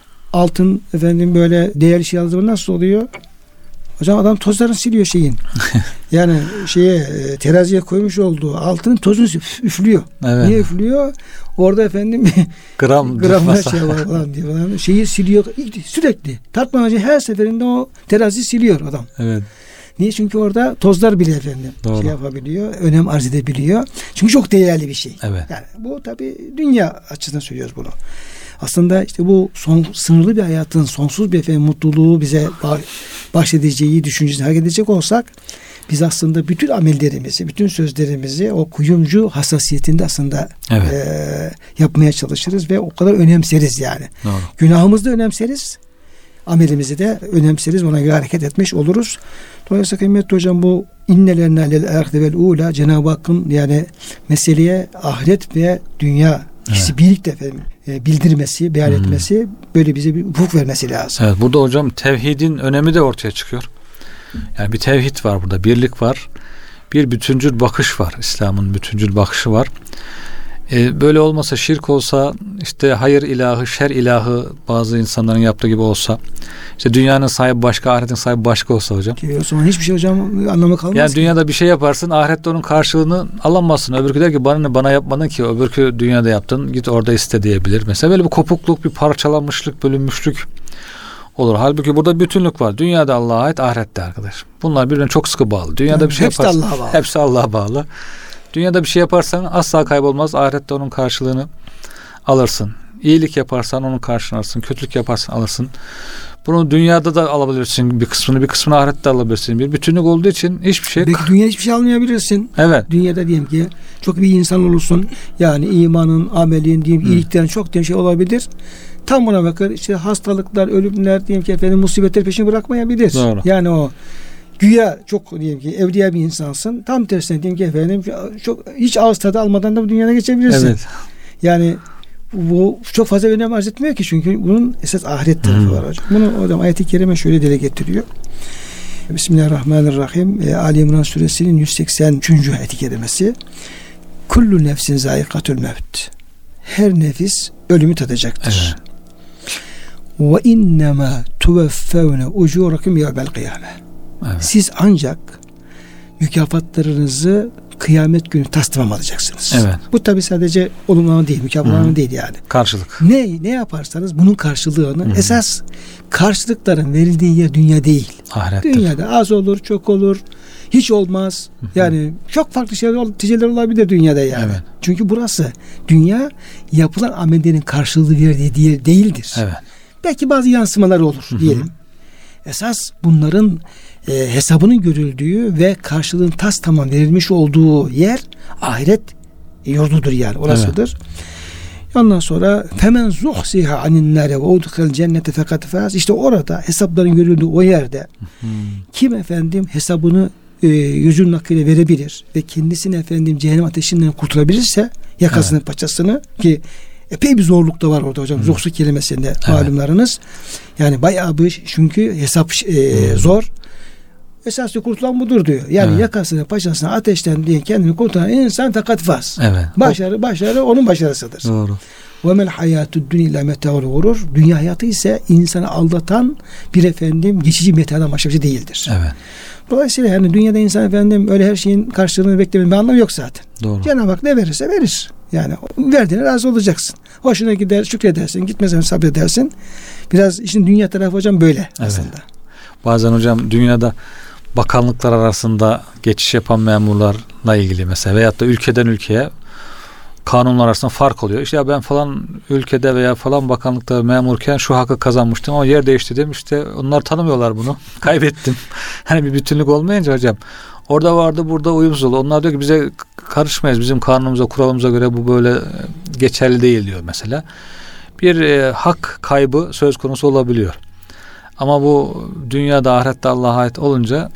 altın efendim böyle değerli şey aldığı nasıl oluyor? Hocam adam tozlarını siliyor şeyin. Yani şeye teraziye koymuş olduğu altının tozunu üflüyor. Evet. Niye üflüyor? Orada efendim gram gramlar şey var falan diye falan. Şeyi siliyor sürekli. Tartmamacı her seferinde o terazi siliyor adam. Evet. Niye? Çünkü orada tozlar bile efendim Doğru. şey yapabiliyor, önem arz edebiliyor. Çünkü çok değerli bir şey. Evet. Yani bu tabii dünya açısından söylüyoruz bunu. Aslında işte bu son, sınırlı bir hayatın sonsuz bir efendim mutluluğu bize bahşedeceği düşüncesine hareket edecek olsak biz aslında bütün amellerimizi, bütün sözlerimizi o kuyumcu hassasiyetinde aslında evet. e, yapmaya çalışırız ve o kadar önemseriz yani. Doğru. Günahımızı da önemseriz. Amelimizi de önemseriz. Ona göre hareket etmiş oluruz. Dolayısıyla kıymetli hocam bu innelerine lel ahirete vel ula Cenab-ı Hakk'ın yani meseleye ahiret ve dünya ikisi evet. birlikte efendim e, bildirmesi, beyan hmm. etmesi böyle bize bir ufuk vermesi lazım. Evet, burada hocam tevhidin önemi de ortaya çıkıyor. Yani bir tevhid var burada, birlik var. bir bütüncül bakış var. İslam'ın bütüncül bakışı var. Ee, böyle olmasa, şirk olsa, işte hayır ilahı, şer ilahı bazı insanların yaptığı gibi olsa, işte dünyanın sahibi başka, ahiretin sahibi başka olsa hocam. Ki o zaman hiçbir şey hocam anlamı kalmaz. Yani ki. dünyada bir şey yaparsın, ahirette onun karşılığını alamazsın. Öbürkü der ki bana ne, bana yapmadın ki, öbürkü dünyada yaptın, git orada iste diyebilir. Mesela böyle bir kopukluk, bir parçalanmışlık, bölünmüşlük olur. Halbuki burada bütünlük var. Dünyada Allah'a ait, ahirette arkadaş. Bunlar birbirine çok sıkı bağlı. Dünyada yani bir şey hepsi yaparsın. Allah'a bağlı. Hepsi Allah'a bağlı. Dünyada bir şey yaparsan asla kaybolmaz. Ahirette onun karşılığını alırsın. İyilik yaparsan onun karşılığını alırsın. Kötülük yaparsan alırsın. Bunu dünyada da alabilirsin bir kısmını, bir kısmını ahirette alabilirsin. Bir bütünlük olduğu için hiçbir şey... Belki dünyada hiçbir şey almayabilirsin. Evet. Dünyada diyelim ki çok bir insan olursun. Yani imanın, amelin, diyeyim, iyilikten çok diyelim şey olabilir. Tam buna bakar işte hastalıklar, ölümler, diyelim ki efendim musibetler peşini bırakmayabilir. Doğru. Yani o güya çok diyelim ki evliya bir insansın. Tam tersine diyelim ki efendim çok hiç ağız tadı almadan da bu dünyada geçebilirsin. Evet. Yani bu çok fazla önem arz etmiyor ki, çünkü bunun esas ahiret tarafı hmm. var hocam. Bunu hocam ayet-i kerime şöyle dile getiriyor. Bismillahirrahmanirrahim. E, Ali İmran suresinin yüz seksen üçüncü ayet-i kerimesi. Kullu nefsin zâikatul mevt. Her nefis ölümü tadacaktır. Evet. Ve innemâ tuveffevne ucûrakum yevmel kıyâme. Siz ancak mükafatlarınızı kıyamet günü tasdim alacaksınız. Evet. Bu tabi sadece olumlama değil, mükafatlarına değil yani. Karşılık. Ne ne yaparsanız bunun karşılığını, Hı-hı. esas karşılıkların verildiği yer dünya değil. Ahirettir. Dünyada az olur, çok olur, hiç olmaz. Hı-hı. Yani çok farklı şeyler, ticeler olabilir dünyada yani. Evet. Çünkü burası dünya yapılan amellerin karşılığı verdiği yer değildir. Evet. Belki bazı yansımalar olur Hı-hı. diyelim. Esas bunların e, hesabının görüldüğü ve karşılığın tas tamam verilmiş olduğu yer ahiret yurdudur yani. Orasıdır. Evet. Ondan sonra femen zuhsiha anin nare ve udkhil cennete fakat faz. İşte orada hesapların görüldüğü o yerde hmm. kim efendim hesabını e, yüzün hakkıyla verebilir ve kendisini efendim cehennem ateşinden kurtarabilirse yakasını evet. paçasını, ki epey bir zorluk da var orada hocam. Hmm. Zuhsu kelimesinde evet. malumlarınız. Yani bayağı bir, çünkü hesap e, hmm. zor. Esaslı kurtulan budur diyor. Yani evet. yakasını paçasını ateşten diye kendini kurtaran insan takat faz. Evet. Başarı, başarı onun başarısıdır. Doğru. Ve mel hayatud dünya meta'ul gurur. Dünya hayatı ise insanı aldatan bir efendim geçici metadan başka bir şey değildir. Evet. Dolayısıyla yani dünyada insan efendim öyle her şeyin karşılığını beklemenin bir anlamı yok zaten. Doğru. Cenab-ı Hak ne verirse verir. Yani verdiğine razı olacaksın. Hoşuna gider, şükredersin, gitmezsen sabredersin. Biraz işin dünya tarafı hocam böyle evet. aslında. Bazen hocam dünyada bakanlıklar arasında geçiş yapan memurlarla ilgili mesela veyahut da ülkeden ülkeye kanunlar arasında fark oluyor. İşte ya ben falan ülkede veya falan bakanlıkta memurken şu hakkı kazanmıştım ama yer değiştirdim. İşte onlar tanımıyorlar bunu. Kaybettim. Hani bir bütünlük olmayınca hocam orada vardı, burada uyumsuz oldu. Onlar diyor ki bize karışmayız. Bizim kanunumuza, kuralımıza göre bu böyle geçerli değil diyor mesela. Bir e, hak kaybı söz konusu olabiliyor. Ama bu dünyada ahirette Allah'a ait olunca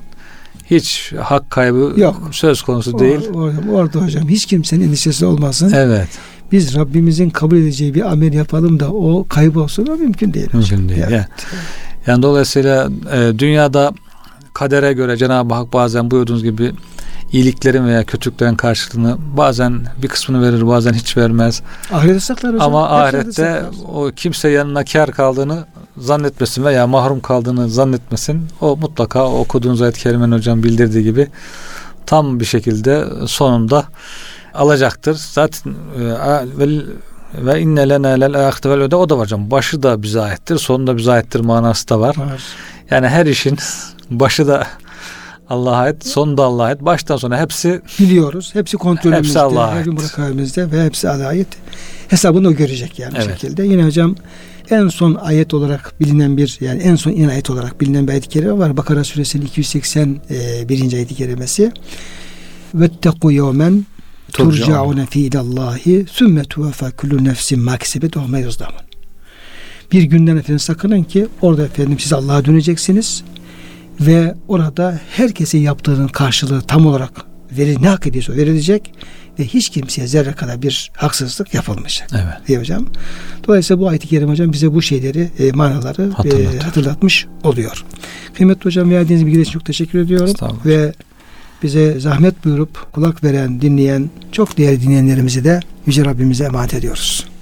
hiç hak kaybı yok. Söz konusu değil. Orada, orada hocam hiç kimsenin endişesi olmasın. Evet. Biz Rabbimizin kabul edeceği bir amel yapalım da o kaybı olsun, o mümkün değil. Mümkün hocam. değil. Evet. Yani, yani dolayısıyla e, dünyada kadere göre Cenab-ı Hak bazen buyurduğunuz gibi iyiliklerin veya kötülüklerin karşılığını bazen bir kısmını verir, bazen hiç vermez. Ahirette saklar hocam. Ama ahirette o kimse yanına kâr kaldığını zannetmesin veya mahrum kaldığını zannetmesin. O mutlaka okuduğunuz ayet-i kerimenin hocam bildirdiği gibi tam bir şekilde sonunda alacaktır. Zaten ve inne lena lel ahirete vel öde, o da var hocam. Başı da bize aittir, sonu da bize aittir manası da var. var. Yani her işin başı da Allah'a ait, sonu da Allah'a ait. Baştan sona hepsi biliyoruz. Hepsi kontrolümüzde. Hepsi Allah'a ait. Hepsi ve hepsi Allah'a ait. Hesabını o görecek yani evet. bu şekilde. Yine hocam en son ayet olarak bilinen bir, yani en son in ayet olarak bilinen bir ayet-i kerime var. Bakara suresinin iki yüz seksen birinci ayet-i kerimesi. Vettekû yevmen turcaune fi ilallahi sümme tuveffa kullu nefsin ma kesebet ve hum la yuzlamun. Bir günden efendim sakının ki orada efendim siz Allah'a döneceksiniz ve orada herkesin yaptığının karşılığı tam olarak verir, ne hak ediyorsa verilecek ve hiç kimseye zerre kadar bir haksızlık yapılmayacak. Evet. Diye hocam. Dolayısıyla bu ayet-i kerime hocam bize bu şeyleri, e, manaları e, hatırlatmış oluyor. Kıymetli hocam, verdiğiniz bilgiler için çok teşekkür ediyorum ve bize zahmet buyurup kulak veren, dinleyen çok değerli dinleyenlerimizi de Yüce Rabbimize emanet ediyoruz.